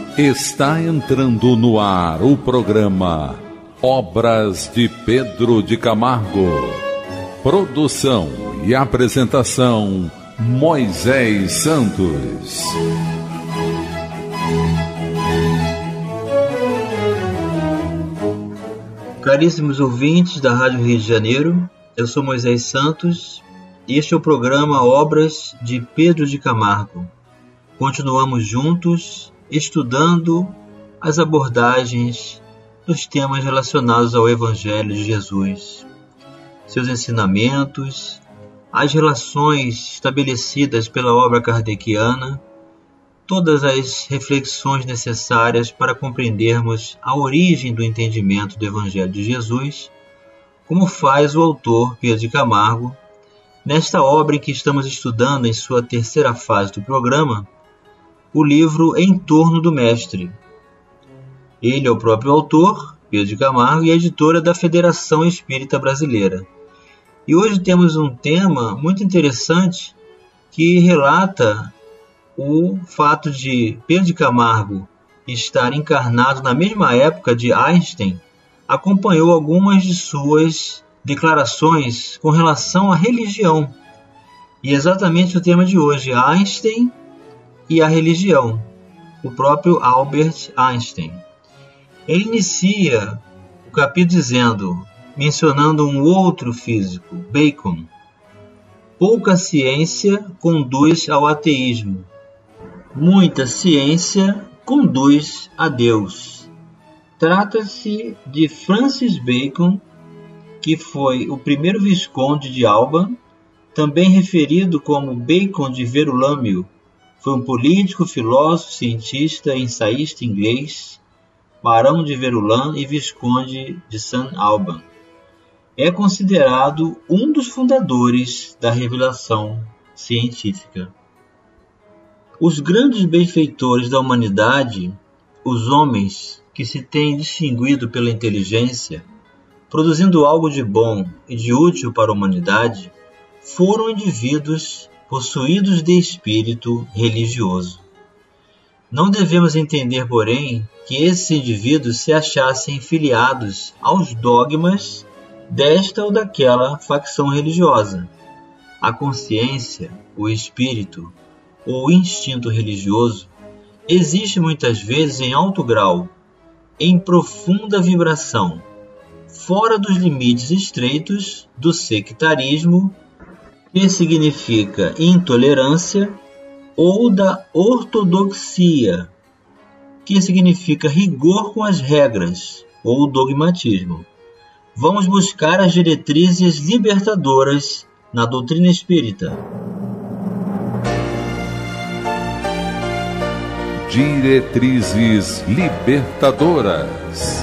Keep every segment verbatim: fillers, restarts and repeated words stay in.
Está entrando no ar o programa Obras de Pedro de Camargo. Produção e apresentação Moisés Santos. Caríssimos ouvintes da Rádio Rio de Janeiro, eu sou Moisés Santos e este é o programa Obras de Pedro de Camargo. Continuamos juntos estudando as abordagens dos temas relacionados ao Evangelho de Jesus, seus ensinamentos, as relações estabelecidas pela obra kardeciana, todas as reflexões necessárias para compreendermos a origem do entendimento do Evangelho de Jesus, como faz o autor Pedro de Camargo, nesta obra em que estamos estudando em sua terceira fase do programa, o livro Em Torno do Mestre. Ele é o próprio autor, Pedro de Camargo, e a editora da Federação Espírita Brasileira. E hoje temos um tema muito interessante que relata o fato de Pedro de Camargo estar encarnado na mesma época de Einstein, acompanhou algumas de suas declarações com relação à religião. E exatamente o tema de hoje, Einstein e a religião, o próprio Albert Einstein. Ele inicia o capítulo dizendo, mencionando um outro físico, Bacon: pouca ciência conduz ao ateísmo, muita ciência conduz a Deus. Trata-se de Francis Bacon, que foi o primeiro visconde de Alba, também referido como Bacon de Verulâmio. Foi um político, filósofo, cientista e ensaísta inglês, barão de Verulam e visconde de Saint Alban. É considerado um dos fundadores da revelação científica. Os grandes benfeitores da humanidade, os homens que se têm distinguido pela inteligência, produzindo algo de bom e de útil para a humanidade, foram indivíduos possuídos de espírito religioso. Não devemos entender, porém, que esses indivíduos se achassem filiados aos dogmas desta ou daquela facção religiosa. A consciência, o espírito ou o instinto religioso existe muitas vezes em alto grau, em profunda vibração, fora dos limites estreitos do sectarismo, que significa intolerância, ou da ortodoxia, que significa rigor com as regras, ou dogmatismo. Vamos buscar as diretrizes libertadoras na doutrina espírita. Diretrizes libertadoras.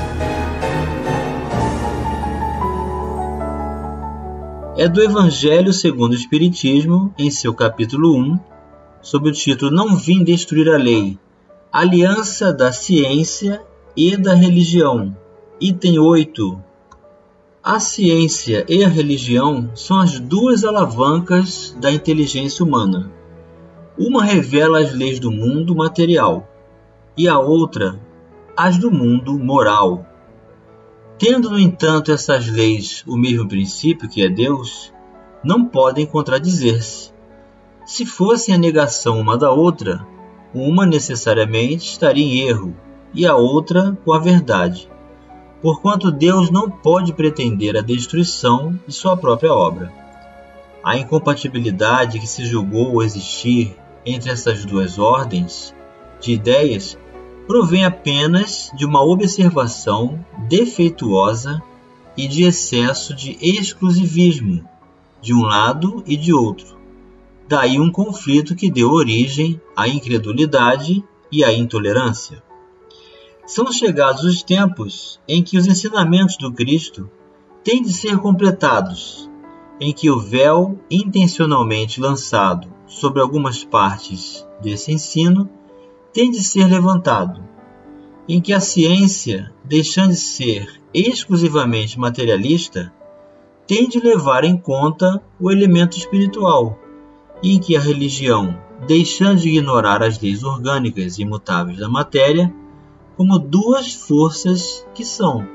É do Evangelho segundo o Espiritismo, em seu capítulo um, sob o título Não Vim Destruir a Lei, Aliança da Ciência e da Religião, item oito. A ciência e a religião são as duas alavancas da inteligência humana. Uma revela as leis do mundo material e a outra as do mundo moral. Tendo, no entanto, essas leis o mesmo princípio, que é Deus, não podem contradizer-se. Se fossem a negação uma da outra, uma necessariamente estaria em erro e a outra com a verdade, porquanto Deus não pode pretender a destruição de sua própria obra. A incompatibilidade que se julgou existir entre essas duas ordens de ideias provém apenas de uma observação defeituosa e de excesso de exclusivismo de um lado e de outro. Daí um conflito que deu origem à incredulidade e à intolerância. São chegados os tempos em que os ensinamentos do Cristo têm de ser completados, em que o véu intencionalmente lançado sobre algumas partes desse ensino tem de ser levantado, em que a ciência, deixando de ser exclusivamente materialista, tem de levar em conta o elemento espiritual, e em que a religião, deixando de ignorar as leis orgânicas e imutáveis da matéria como duas forças que são,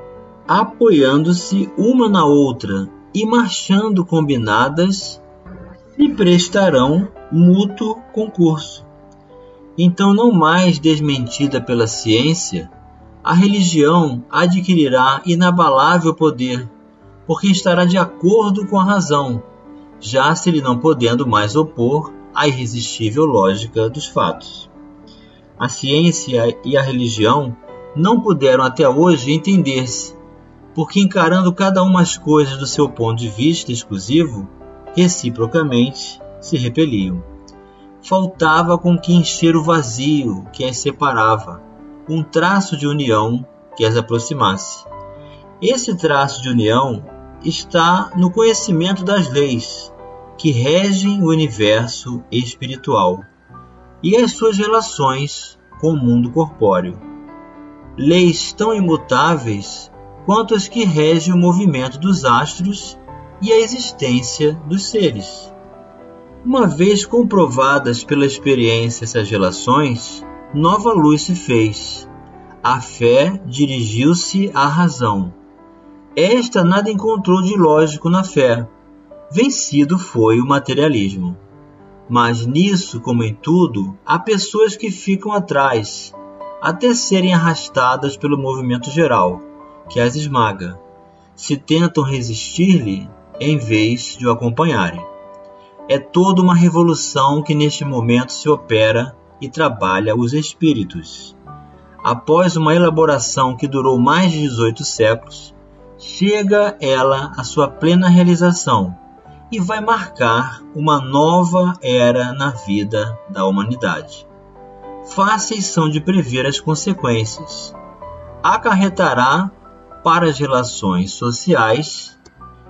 apoiando-se uma na outra e marchando combinadas, se prestarão mútuo concurso. Então, não mais desmentida pela ciência, a religião adquirirá inabalável poder, porque estará de acordo com a razão, já se lhe não podendo mais opor à irresistível lógica dos fatos. A ciência e a religião não puderam até hoje entender-se, porque encarando cada uma as coisas do seu ponto de vista exclusivo, reciprocamente se repeliam. Faltava com que encher o vazio que as separava, um traço de união que as aproximasse. Esse traço de união está no conhecimento das leis que regem o universo espiritual e as suas relações com o mundo corpóreo. Leis tão imutáveis quanto as que regem o movimento dos astros e a existência dos seres. Uma vez comprovadas pela experiência essas relações, nova luz se fez. A fé dirigiu-se à razão. Esta nada encontrou de lógico na fé. Vencido foi o materialismo. Mas nisso, como em tudo, há pessoas que ficam atrás, até serem arrastadas pelo movimento geral, que as esmaga, se tentam resistir-lhe em vez de o acompanharem. É toda uma revolução que neste momento se opera e trabalha os espíritos. Após uma elaboração que durou mais de dezoito séculos, chega ela à sua plena realização e vai marcar uma nova era na vida da humanidade. Fáceis são de prever as consequências. Acarretará para as relações sociais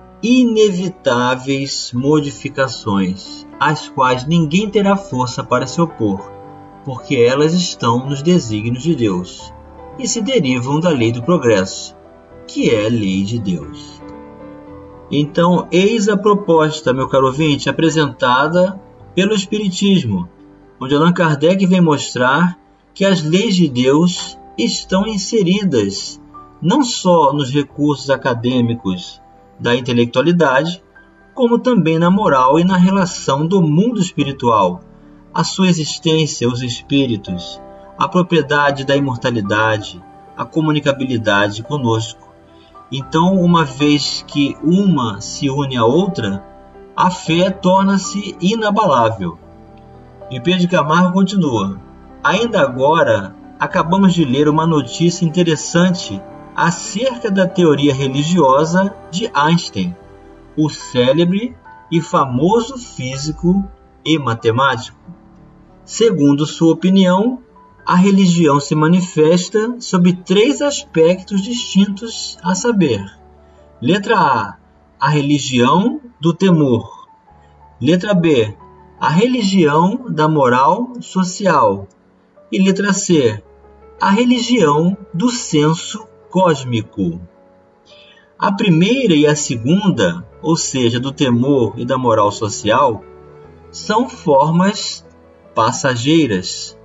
inevitáveis modificações, às quais ninguém terá força para se opor, porque elas estão nos desígnios de Deus e se derivam da lei do progresso, que é a lei de Deus. Então, eis a proposta, meu caro ouvinte, apresentada pelo Espiritismo, onde Allan Kardec vem mostrar que as leis de Deus estão inseridas não só nos recursos acadêmicos da intelectualidade, como também na moral e na relação do mundo espiritual, a sua existência, os espíritos, a propriedade da imortalidade, a comunicabilidade conosco. Então, uma vez que uma se une à outra, a fé torna-se inabalável. E Pedro de Camargo continua: ainda agora, acabamos de ler uma notícia interessante acerca da teoria religiosa de Einstein, o célebre e famoso físico e matemático. Segundo sua opinião, a religião se manifesta sob três aspectos distintos, a saber: letra A, a religião do temor; letra B, a religião da moral social; e letra C, a religião do senso cósmico. A primeira e a segunda, ou seja, do temor e da moral social, são formas passageiras.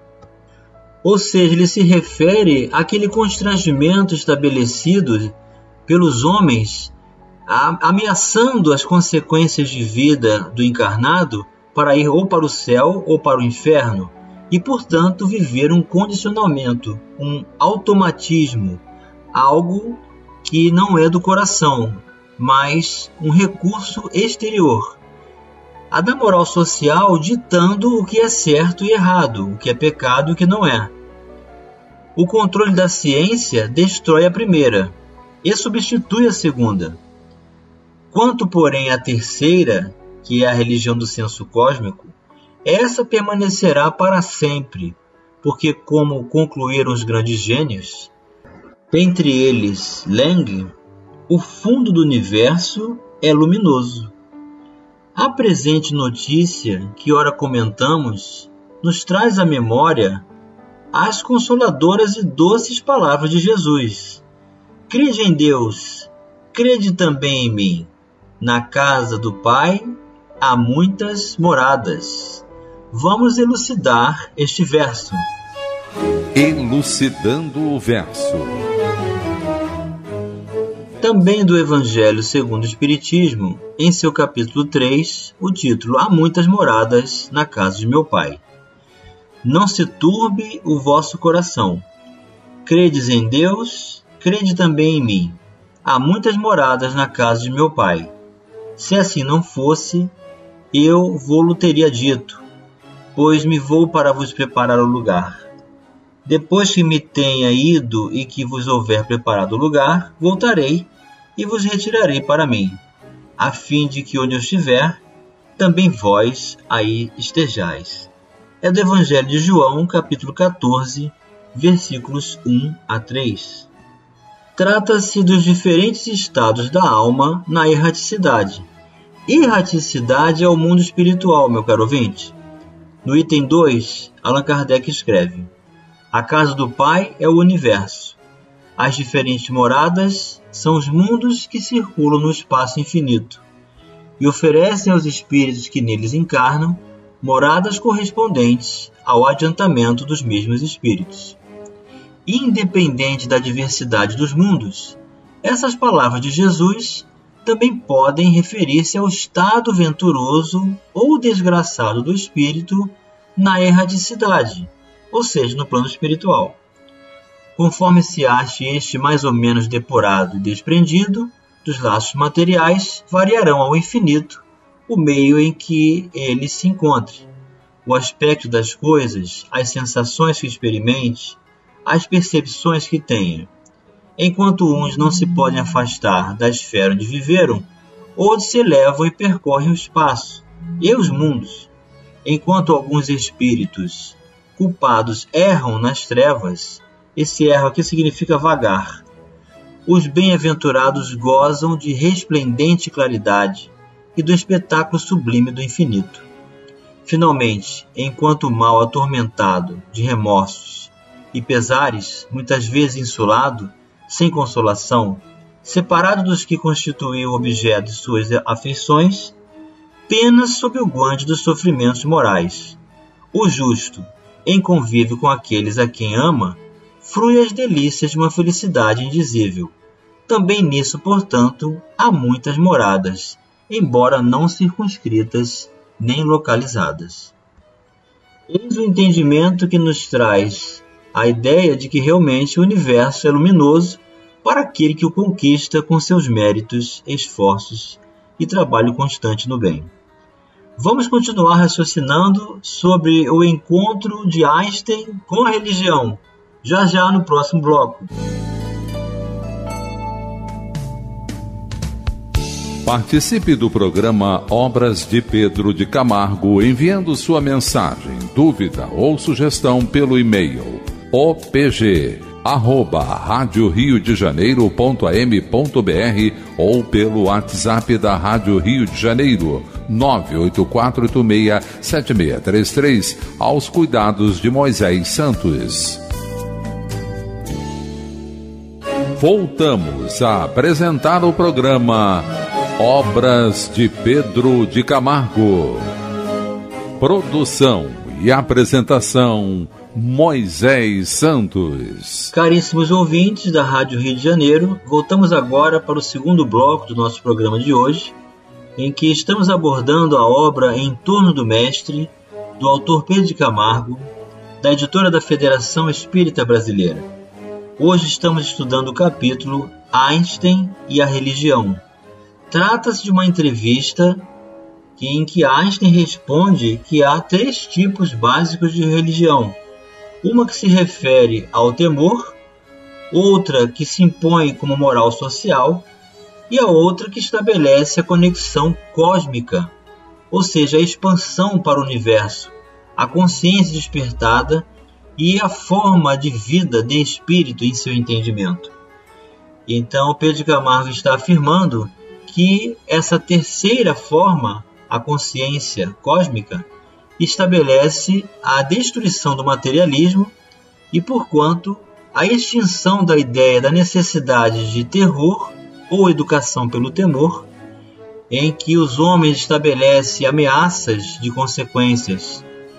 Ou seja, ele se refere àquele constrangimento estabelecido pelos homens, a, ameaçando as consequências de vida do encarnado para ir ou para o céu ou para o inferno, e, portanto, viver um condicionamento, um automatismo, algo que não é do coração, mas um recurso exterior. A da moral social ditando o que é certo e errado, o que é pecado e o que não é. O controle da ciência destrói a primeira e substitui a segunda. Quanto, porém, à terceira, que é a religião do senso cósmico, essa permanecerá para sempre, porque, como concluíram os grandes gênios, dentre eles Lang, o fundo do universo é luminoso. A presente notícia, que ora comentamos, nos traz à memória as consoladoras e doces palavras de Jesus: crede em Deus, crede também em mim. Na casa do Pai há muitas moradas. vamos elucidar este verso. Elucidando o verso. Também do Evangelho segundo o Espiritismo, em seu capítulo três, o título Há muitas moradas na casa de meu Pai. Não se turbe o vosso coração. Credes em Deus, crede também em mim. Há muitas moradas na casa de meu Pai. Se assim não fosse, eu vou-lo teria dito, pois me vou para vos preparar o lugar. Depois que me tenha ido e que vos houver preparado o lugar, voltarei e vos retirarei para mim, a fim de que onde eu estiver, também vós aí estejais. É do Evangelho de João, capítulo quatorze, versículos um a três. Trata-se dos diferentes estados da alma na erraticidade. Erraticidade é o mundo espiritual, meu caro ouvinte. No item dois, Allan Kardec escreve: a casa do Pai é o universo. As diferentes moradas são os mundos que circulam no espaço infinito e oferecem aos espíritos que neles encarnam moradas correspondentes ao adiantamento dos mesmos espíritos. Independente da diversidade dos mundos, essas palavras de Jesus também podem referir-se ao estado venturoso ou desgraçado do espírito na erraticidade, ou seja, no plano espiritual. Conforme se ache este mais ou menos depurado e desprendido dos laços materiais, variarão ao infinito o meio em que ele se encontre, o aspecto das coisas, as sensações que experimente, as percepções que tenha. Enquanto uns não se podem afastar da esfera onde viveram, outros se elevam e percorrem o espaço e os mundos. Enquanto alguns espíritos culpados erram nas trevas, esse erro aqui significa vagar. Os bem-aventurados gozam de resplendente claridade e do espetáculo sublime do infinito. Finalmente, enquanto o mal atormentado de remorsos e pesares, muitas vezes insulado, sem consolação, separado dos que constituem o objeto de suas afeições, pena sob o guante dos sofrimentos morais. O justo, em convívio com aqueles a quem ama, frui as delícias de uma felicidade indizível. Também nisso, portanto, há muitas moradas, embora não circunscritas nem localizadas. Eis o entendimento que nos traz a ideia de que realmente o universo é luminoso para aquele que o conquista com seus méritos, esforços e trabalho constante no bem. Vamos continuar raciocinando sobre o encontro de Einstein com a religião, já já no próximo bloco. Participe do programa Obras de Pedro de Camargo enviando sua mensagem, dúvida ou sugestão pelo e-mail opg arroba rádio rio de janeiro ponto a m ponto b r ou pelo WhatsApp da Rádio Rio de Janeiro nove oito quatro oito seis sete seis três três aos cuidados de Moisés Santos. Voltamos a apresentar o programa Obras de Pedro de Camargo. Produção e apresentação Moisés Santos. Caríssimos ouvintes da Rádio Rio de Janeiro, voltamos agora para o segundo bloco do nosso programa de hoje, em que estamos abordando a obra Em Torno do Mestre, do autor Pedro de Camargo, da editora da Federação Espírita Brasileira. Hoje estamos estudando o capítulo Einstein e a Religião. Trata-se de uma entrevista em que Einstein responde que há três tipos básicos de religião. Uma que se refere ao temor, outra que se impõe como moral social e a outra que estabelece a conexão cósmica, ou seja, a expansão para o universo, a consciência despertada e a forma de vida de espírito em seu entendimento. Então, Pedro de Camargo está afirmando que essa terceira forma, a consciência cósmica, estabelece a destruição do materialismo e, porquanto, a extinção da ideia da necessidade de terror ou educação pelo temor, em que os homens estabelecem ameaças de consequências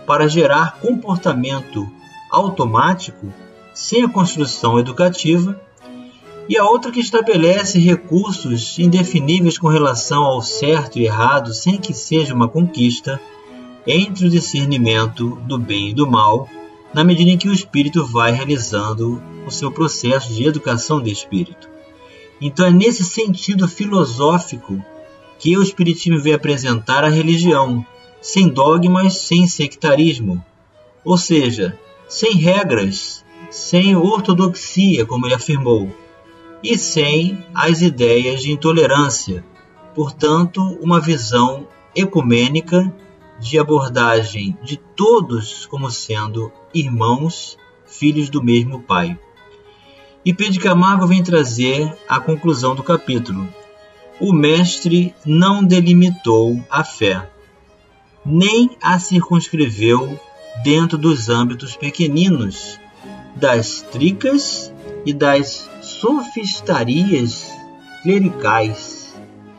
para gerar comportamento automático sem a construção educativa, e a outra que estabelece recursos indefiníveis com relação ao certo e errado sem que seja uma conquista entre o discernimento do bem e do mal, na medida em que o espírito vai realizando o seu processo de educação de espírito. Então é nesse sentido filosófico que o espiritismo veio apresentar a religião, sem dogmas, sem sectarismo, ou seja, sem regras, sem ortodoxia, como ele afirmou, e sem as ideias de intolerância, portanto, uma visão ecumênica de abordagem de todos como sendo irmãos, filhos do mesmo Pai. E Pedro de Camargo vem trazer a conclusão do capítulo. O mestre não delimitou a fé, nem a circunscreveu dentro dos âmbitos pequeninos das tricas e das sofistarias clericais.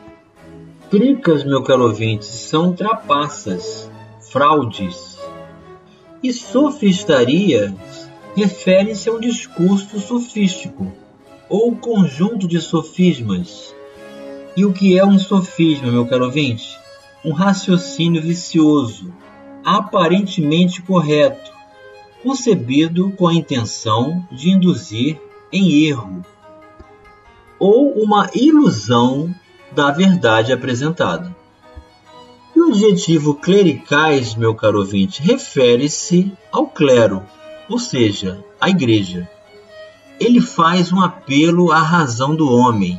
Tricas, meu caro ouvinte, são trapaças, fraudes. E sofistarias refere-se a um discurso sofístico, ou conjunto de sofismas. E o que é um sofisma, meu caro ouvinte? Um raciocínio vicioso, aparentemente correto, concebido com a intenção de induzir em erro, ou uma ilusão da verdade apresentada. E o adjetivo clericais, meu caro ouvinte, refere-se ao clero, ou seja, à igreja. Ele faz um apelo à razão do homem,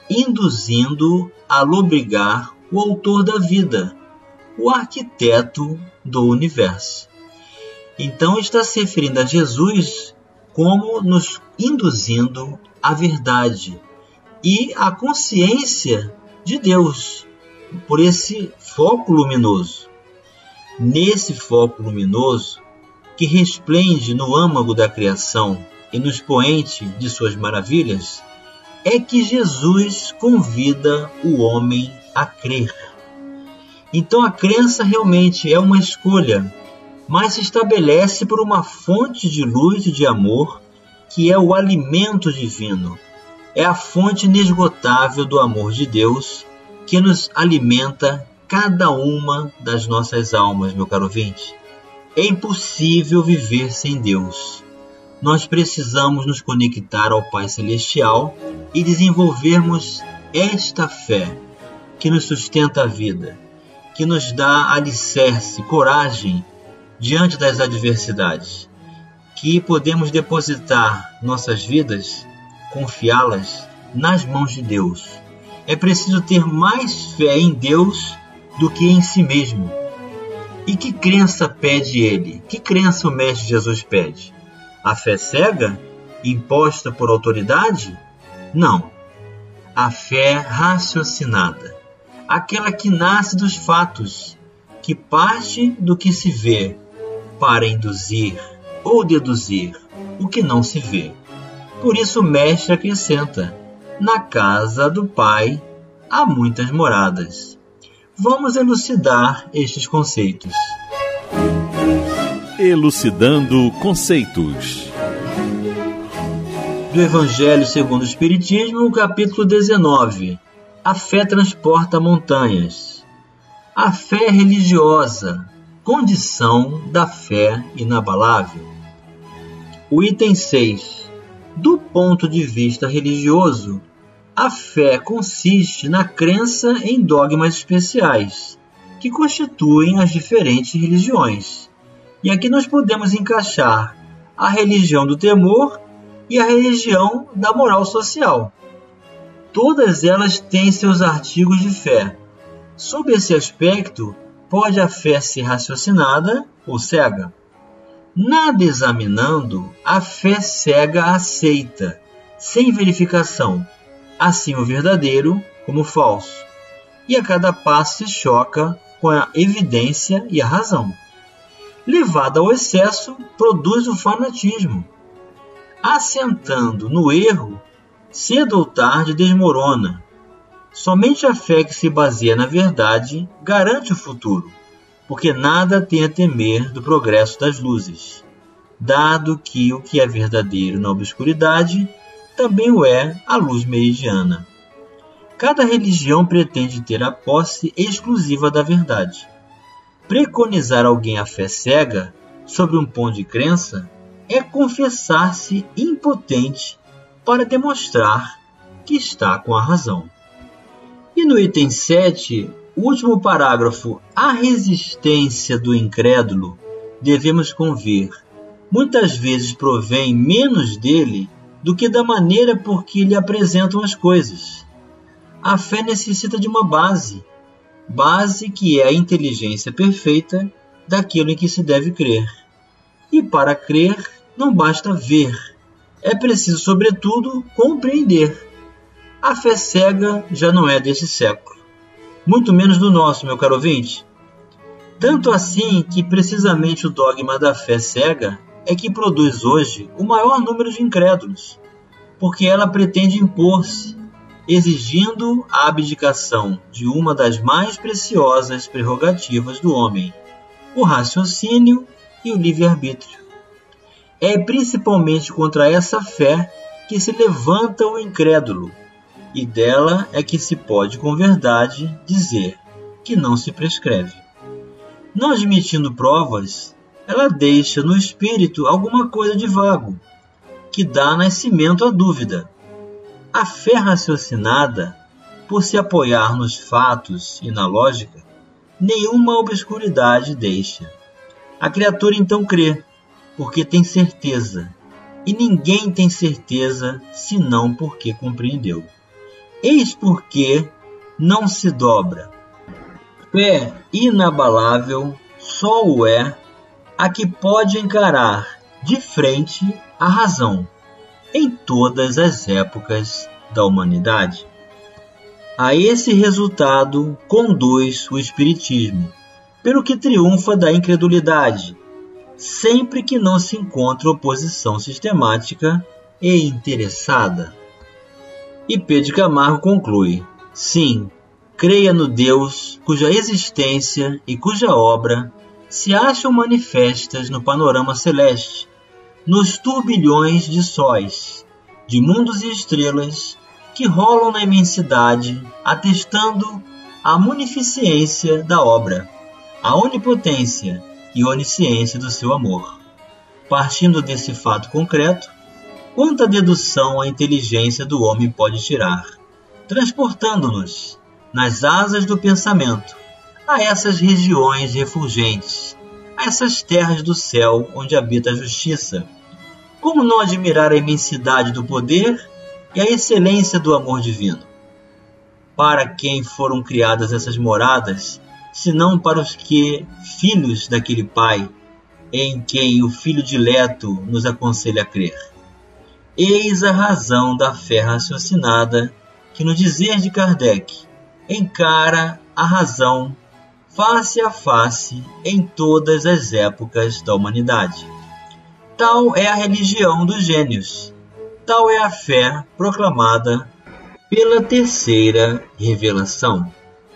induzindo a lobrigar o autor da vida, o arquiteto do universo. Então está se referindo a Jesus como nos induzindo à verdade e à consciência de Deus, por esse foco luminoso. Nesse foco luminoso, que resplende no âmago da criação e no expoente de suas maravilhas, é que Jesus convida o homem a crer. Então a crença realmente é uma escolha, mas se estabelece por uma fonte de luz e de amor, que é o alimento divino. É a fonte inesgotável do amor de Deus, que nos alimenta cada uma das nossas almas, meu caro ouvinte. É impossível viver sem Deus. Nós precisamos nos conectar ao Pai Celestial e desenvolvermos esta fé que nos sustenta a vida, que nos dá alicerce, coragem diante das adversidades, que podemos depositar nossas vidas, confiá-las nas mãos de Deus. É preciso ter mais fé em Deus do que em si mesmo. E que crença pede ele? Que crença o Mestre Jesus pede? A fé cega, imposta por autoridade? Não. A fé raciocinada, aquela que nasce dos fatos, que parte do que se vê, para induzir ou deduzir o que não se vê. Por isso o Mestre acrescenta: na casa do Pai há muitas moradas. Vamos elucidar estes conceitos. Elucidando conceitos. Do Evangelho segundo o Espiritismo, capítulo dezenove. A fé transporta montanhas. A fé religiosa, condição da fé inabalável. O item seis. Do ponto de vista religioso, a fé consiste na crença em dogmas especiais, que constituem as diferentes religiões. E aqui nós podemos encaixar a religião do temor e a religião da moral social. Todas elas têm seus artigos de fé. Sob esse aspecto, pode a fé ser raciocinada ou cega. Nada examinando, a fé cega aceita, sem verificação, assim o verdadeiro como o falso, e a cada passo se choca com a evidência e a razão. Levada ao excesso, produz o fanatismo. Assentando no erro, cedo ou tarde desmorona. Somente a fé que se baseia na verdade garante o futuro, porque nada tem a temer do progresso das luzes, dado que o que é verdadeiro na obscuridade também o é a luz meridiana. Cada religião pretende ter a posse exclusiva da verdade. Preconizar alguém a fé cega sobre um ponto de crença é confessar-se impotente para demonstrar que está com a razão. E no item sete, o último parágrafo, a resistência do incrédulo, devemos convir, muitas vezes provém menos dele do que da maneira por que lhe apresentam as coisas. A fé necessita de uma base, base que é a inteligência perfeita daquilo em que se deve crer. E para crer, não basta ver, é preciso, sobretudo, compreender. A fé cega já não é deste século, muito menos do nosso, meu caro ouvinte. Tanto assim que precisamente o dogma da fé cega é que produz hoje o maior número de incrédulos, porque ela pretende impor-se, exigindo a abdicação de uma das mais preciosas prerrogativas do homem, o raciocínio e o livre-arbítrio. É principalmente contra essa fé que se levanta o incrédulo, e dela é que se pode com verdade dizer que não se prescreve. Não admitindo provas, ela deixa no espírito alguma coisa de vago, que dá nascimento à dúvida. A fé raciocinada, por se apoiar nos fatos e na lógica, nenhuma obscuridade deixa. A criatura então crê, porque tem certeza, e ninguém tem certeza senão porque compreendeu. Eis porque não se dobra. Fé inabalável só o é a que pode encarar de frente a razão em todas as épocas da humanidade. A esse resultado conduz o Espiritismo, pelo que triunfa da incredulidade, sempre que não se encontra oposição sistemática e interessada. E Pedro de Camargo conclui: sim, creia no Deus cuja existência e cuja obra se acham manifestas no panorama celeste, nos turbilhões de sóis, de mundos e estrelas que rolam na imensidade, atestando a munificência da obra, a onipotência e onisciência do seu amor. Partindo desse fato concreto, quanta dedução a inteligência do homem pode tirar, transportando-nos, nas asas do pensamento, a essas regiões refulgentes, a essas terras do céu onde habita a justiça. Como não admirar a imensidade do poder e a excelência do amor divino? Para quem foram criadas essas moradas, senão para os que, filhos daquele Pai, em quem o Filho dileto nos aconselha a crer? Eis a razão da fé raciocinada que, no dizer de Kardec, encara a razão face a face em todas as épocas da humanidade. Tal é a religião dos gênios, tal é a fé proclamada pela terceira revelação.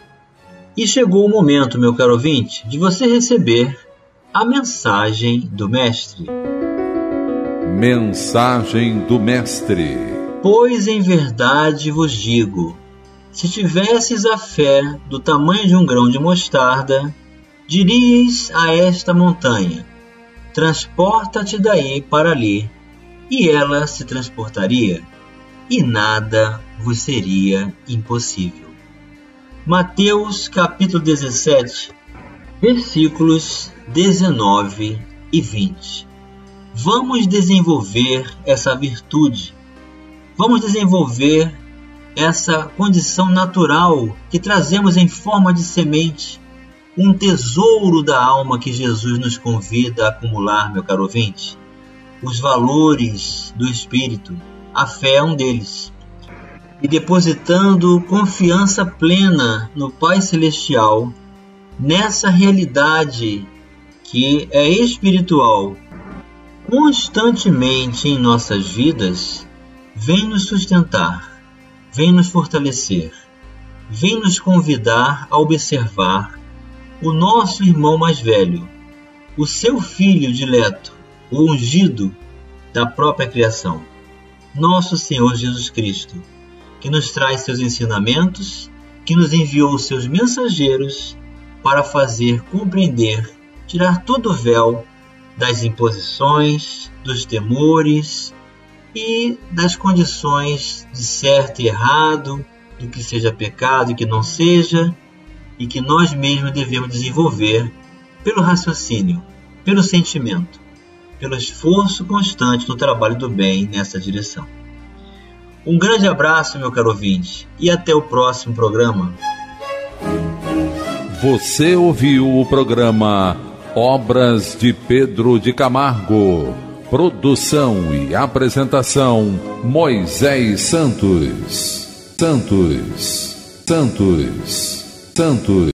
E chegou o momento, meu caro ouvinte, de você receber a mensagem do Mestre. Mensagem do Mestre. Pois em verdade vos digo, se tivesses a fé do tamanho de um grão de mostarda, diríeis a esta montanha: transporta-te daí para ali, e ela se transportaria, e nada vos seria impossível. Mateus capítulo dezessete, versículos dezenove e vinte. Vamos desenvolver essa virtude, vamos desenvolver essa condição natural que trazemos em forma de semente, um tesouro da alma que Jesus nos convida a acumular, meu caro ouvinte. Os valores do Espírito, a fé é um deles. E depositando confiança plena no Pai Celestial, nessa realidade que é espiritual, constantemente em nossas vidas, vem nos sustentar, vem nos fortalecer, vem nos convidar a observar o nosso irmão mais velho, o seu filho dileto, o ungido da própria criação, nosso Senhor Jesus Cristo, que nos traz seus ensinamentos, que nos enviou seus mensageiros para fazer compreender, tirar todo o véu das imposições, dos temores e das condições de certo e errado, do que seja pecado e que não seja, e que nós mesmos devemos desenvolver pelo raciocínio, pelo sentimento, pelo esforço constante no trabalho do bem nessa direção. Um grande abraço, meu caro ouvinte, e até o próximo programa. Você ouviu o programa Obras de Pedro de Camargo. Produção e apresentação Moisés Santos. Santos. Santos. Santos.